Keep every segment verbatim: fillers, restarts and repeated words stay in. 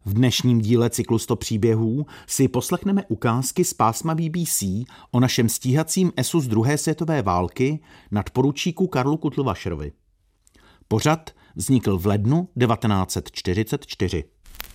V dnešním díle cyklu sto příběhů si poslechneme ukázky z pásma B B C o našem stíhacím esu z druhé světové války nadporučíku Karlu Kutlvašerovi. Pořad vznikl v lednu devatenáct set čtyřicet čtyři.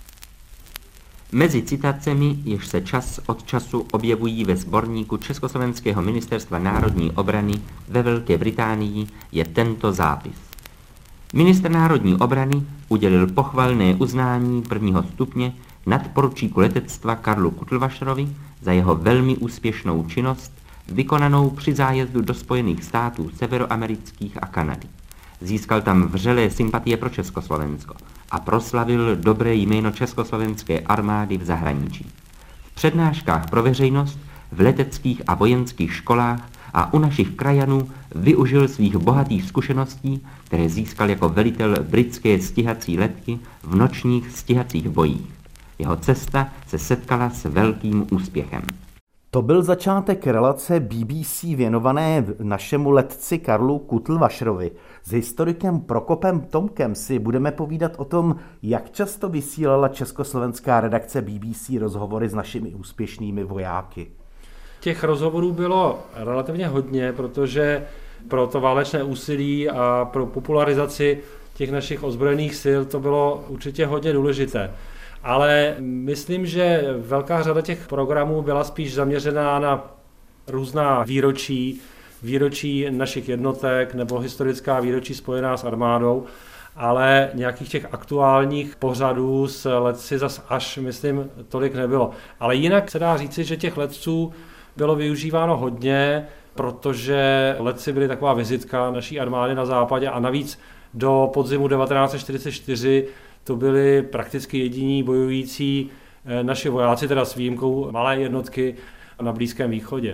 Mezi citacemi, jež se čas od času objevují ve sborníku Československého ministerstva národní obrany ve Velké Británii, je tento zápis. Ministr národní obrany udělil pochvalné uznání prvního stupně nadporučíku letectva Karlu Kutlvašerovi za jeho velmi úspěšnou činnost vykonanou při zájezdu do Spojených států severoamerických a Kanady. Získal tam vřelé sympatie pro Československo a proslavil dobré jméno československé armády v zahraničí. V přednáškách pro veřejnost, v leteckých a vojenských školách a u našich krajanů využil svých bohatých zkušeností, které získal jako velitel britské stíhací letky v nočních stíhacích bojích. Jeho cesta se setkala s velkým úspěchem. To byl začátek relace B B C věnované našemu letci Karlu Kutlvašerovi. S historikem Prokopem Tomkem si budeme povídat o tom, jak často vysílala československá redakce B B C rozhovory s našimi úspěšnými vojáky. Těch rozhovorů bylo relativně hodně, protože pro to válečné úsilí a pro popularizaci těch našich ozbrojených sil to bylo určitě hodně důležité. Ale myslím, že velká řada těch programů byla spíš zaměřená na různá výročí, výročí našich jednotek nebo historická výročí spojená s armádou, ale nějakých těch aktuálních pořadů s letci zas až, myslím, tolik nebylo. Ale jinak se dá říci, že těch letců bylo využíváno hodně, protože letci byli taková vizitka naší armády na západě a navíc do podzimu devatenáct set čtyřicet čtyři to byli prakticky jediní bojující naši vojáci, teda s výjimkou malé jednotky na Blízkém východě.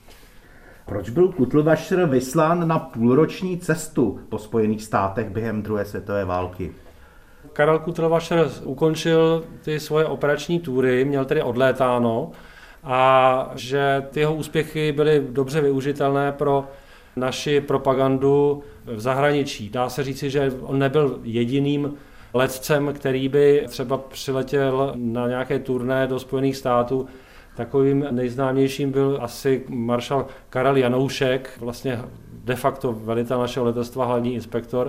Proč byl Kutlvašer vyslán na půlroční cestu po Spojených státech během druhé světové války? Karel Kutlvašer ukončil ty svoje operační túry, měl tedy odlétáno a že ty jeho úspěchy byly dobře využitelné pro naši propagandu v zahraničí. Dá se říci, že on nebyl jediným letcem, který by třeba přiletěl na nějaké turné do Spojených států. Takovým nejznámějším byl asi maršal Karel Janoušek, vlastně de facto velitel našeho letectva, hlavní inspektor,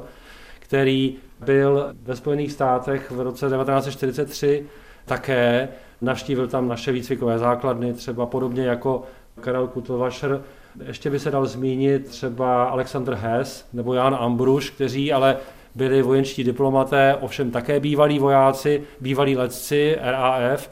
který byl ve Spojených státech v roce devatenáct set čtyřicet tři také, navštívil tam naše výcvikové základny, třeba podobně jako Karel Kutlvašer. Ještě by se dal zmínit třeba Alexander Hess nebo Jan Ambruš, kteří ale byli vojenští diplomaté, ovšem také bývalí vojáci, bývalí letci R A F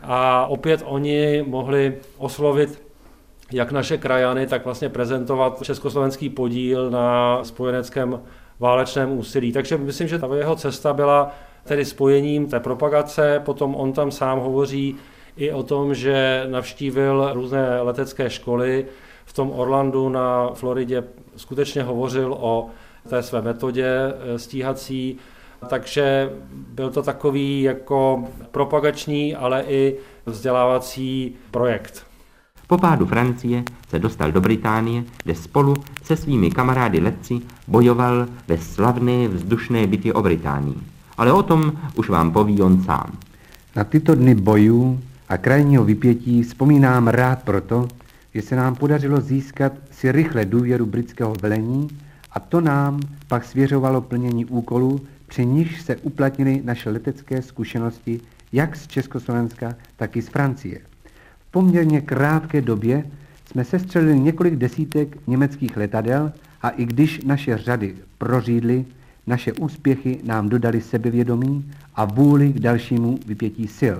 a opět oni mohli oslovit jak naše krajany, tak vlastně prezentovat československý podíl na spojeneckém válečném úsilí. Takže myslím, že ta jeho cesta byla tedy spojením té propagace, potom on tam sám hovoří i o tom, že navštívil různé letecké školy, v tom Orlandu na Floridě skutečně hovořil o té své metodě stíhací, takže byl to takový jako propagační, ale i vzdělávací projekt. Po pádu Francie se dostal do Británie, kde spolu se svými kamarády letci bojoval ve slavné vzdušné bitvě o Británii. Ale o tom už vám poví on sám. Na tyto dny bojů a krajního vypětí vzpomínám rád proto, že se nám podařilo získat si rychle důvěru britského velení a to nám pak svěřovalo plnění úkolů, při nichž se uplatnily naše letecké zkušenosti jak z Československa, tak i z Francie. V poměrně krátké době jsme sestřelili několik desítek německých letadel a i když naše řady prořídly, naše úspěchy nám dodali sebevědomí a vůli k dalšímu vypětí sil.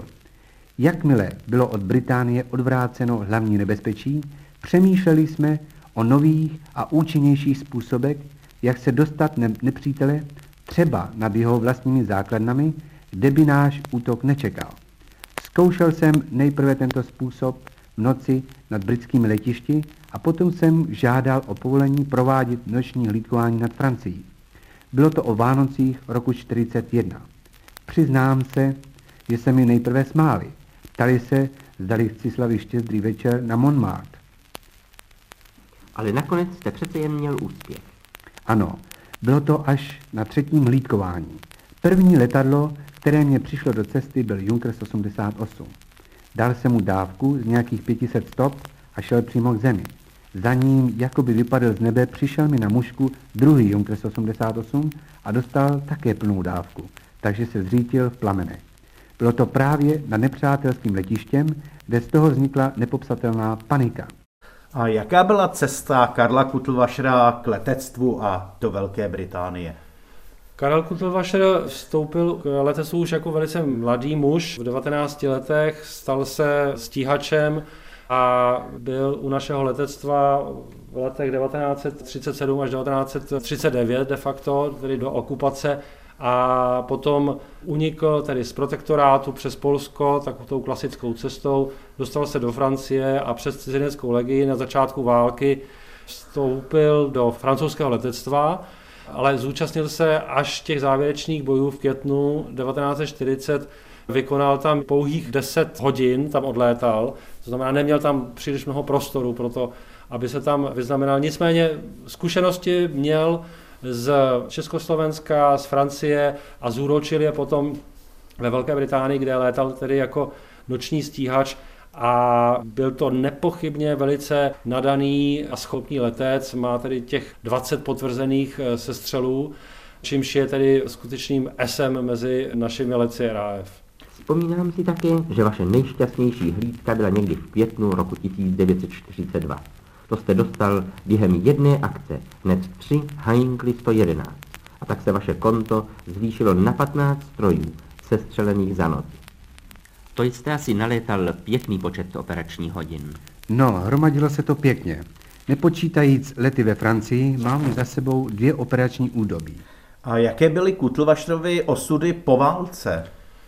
Jakmile bylo od Británie odvráceno hlavní nebezpečí, přemýšleli jsme o nových a účinnějších způsobech, jak se dostat ne- nepřítele třeba nad jeho vlastními základnami, kde by náš útok nečekal. Zkoušel jsem nejprve tento způsob v noci nad britskými letišti a potom jsem žádal o povolení provádět noční hlídkování nad Francií. Bylo to o Vánocích roku čtyřicet jedna. Přiznám se, že se mi nejprve smáli. Ptali se, zdali chci slavit štědrý večer na Montmartre. Ale nakonec jste přece jen měl úspěch. Ano, bylo to až na třetím hlídkování. První letadlo, které které mě přišlo do cesty, byl Junkers osmdesát osm. Dal jsem mu dávku z nějakých pětisset stop a šel přímo k zemi. Za ním, jako by vypadl z nebe, přišel mi na mužku druhý Junkers osmdesát osm a dostal také plnou dávku, takže se zřítil v plamenech. Bylo to právě nad nepřátelským letištěm, kde z toho vznikla nepopsatelná panika. A jaká byla cesta Karla Kutlvašera k letectvu a do Velké Británie? Karel Kutlvašer vstoupil k letectvu už jako velice mladý muž. V devatenácti letech stal se stíhačem a byl u našeho letectva v letech devatenáct set třicet sedm až devatenáct set třicet devět de facto, tedy do okupace, a potom unikl tedy z protektorátu přes Polsko takovou klasickou cestou, dostal se do Francie a přes cizineckou legii na začátku války vstoupil do francouzského letectva, ale zúčastnil se až těch závěrečných bojů v květnu devatenáct set čtyřicet, vykonal tam pouhých deset hodin, tam odlétal, to znamená, neměl tam příliš mnoho prostoru pro to, aby se tam vyznamenal. Nicméně zkušenosti měl z Československa, z Francie a zúročil je potom ve Velké Británii, kde létal tedy jako noční stíhač a byl to nepochybně velice nadaný a schopný letec, má tedy těch dvacet potvrzených sestřelů, čímž je tedy skutečným esem mezi našimi letci R A F. Vzpomínám si také, že vaše nejšťastnější hlídka byla někdy v květnu roku tisíc devět set čtyřicet dva. To jste dostal během jedné akce hned tři Heinkel sto jedenáct a tak se vaše konto zvýšilo na patnáct strojů sestřelených za noc. To jste asi nalétal pěkný počet operačních hodin. No, hromadilo se to pěkně. Nepočítajíc lety ve Francii, mám za sebou dvě operační údobí. A jaké byly Kutlvašerovy osudy po válce?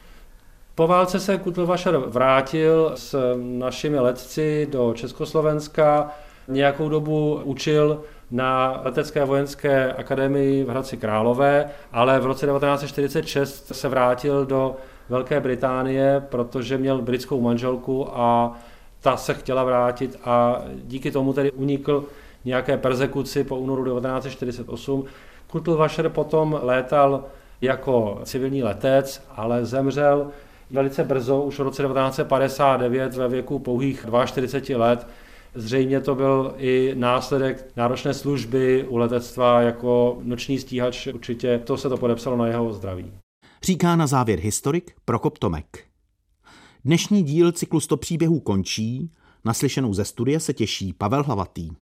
Po válce se Kutlvašer vrátil s našimi letci do Československa, nějakou dobu učil na letecké vojenské akademii v Hradci Králové, ale v roce devatenáct set čtyřicet šest se vrátil do Velké Británie, protože měl britskou manželku a ta se chtěla vrátit a díky tomu tedy unikl nějaké perzekuci po únoru devatenáct set čtyřicet osm. Kutlvašer potom létal jako civilní letec, ale zemřel velice brzo, už v roce devatenáct set padesát devět ve věku pouhých čtyřicet dva let. Zřejmě to byl i následek náročné služby u letectva jako noční stíhač, určitě to se to podepsalo na jeho zdraví. Říká na závěr historik Prokop Tomek. Dnešní díl cyklu sto příběhů končí, naslyšenou ze studia se těší Pavel Hlavatý.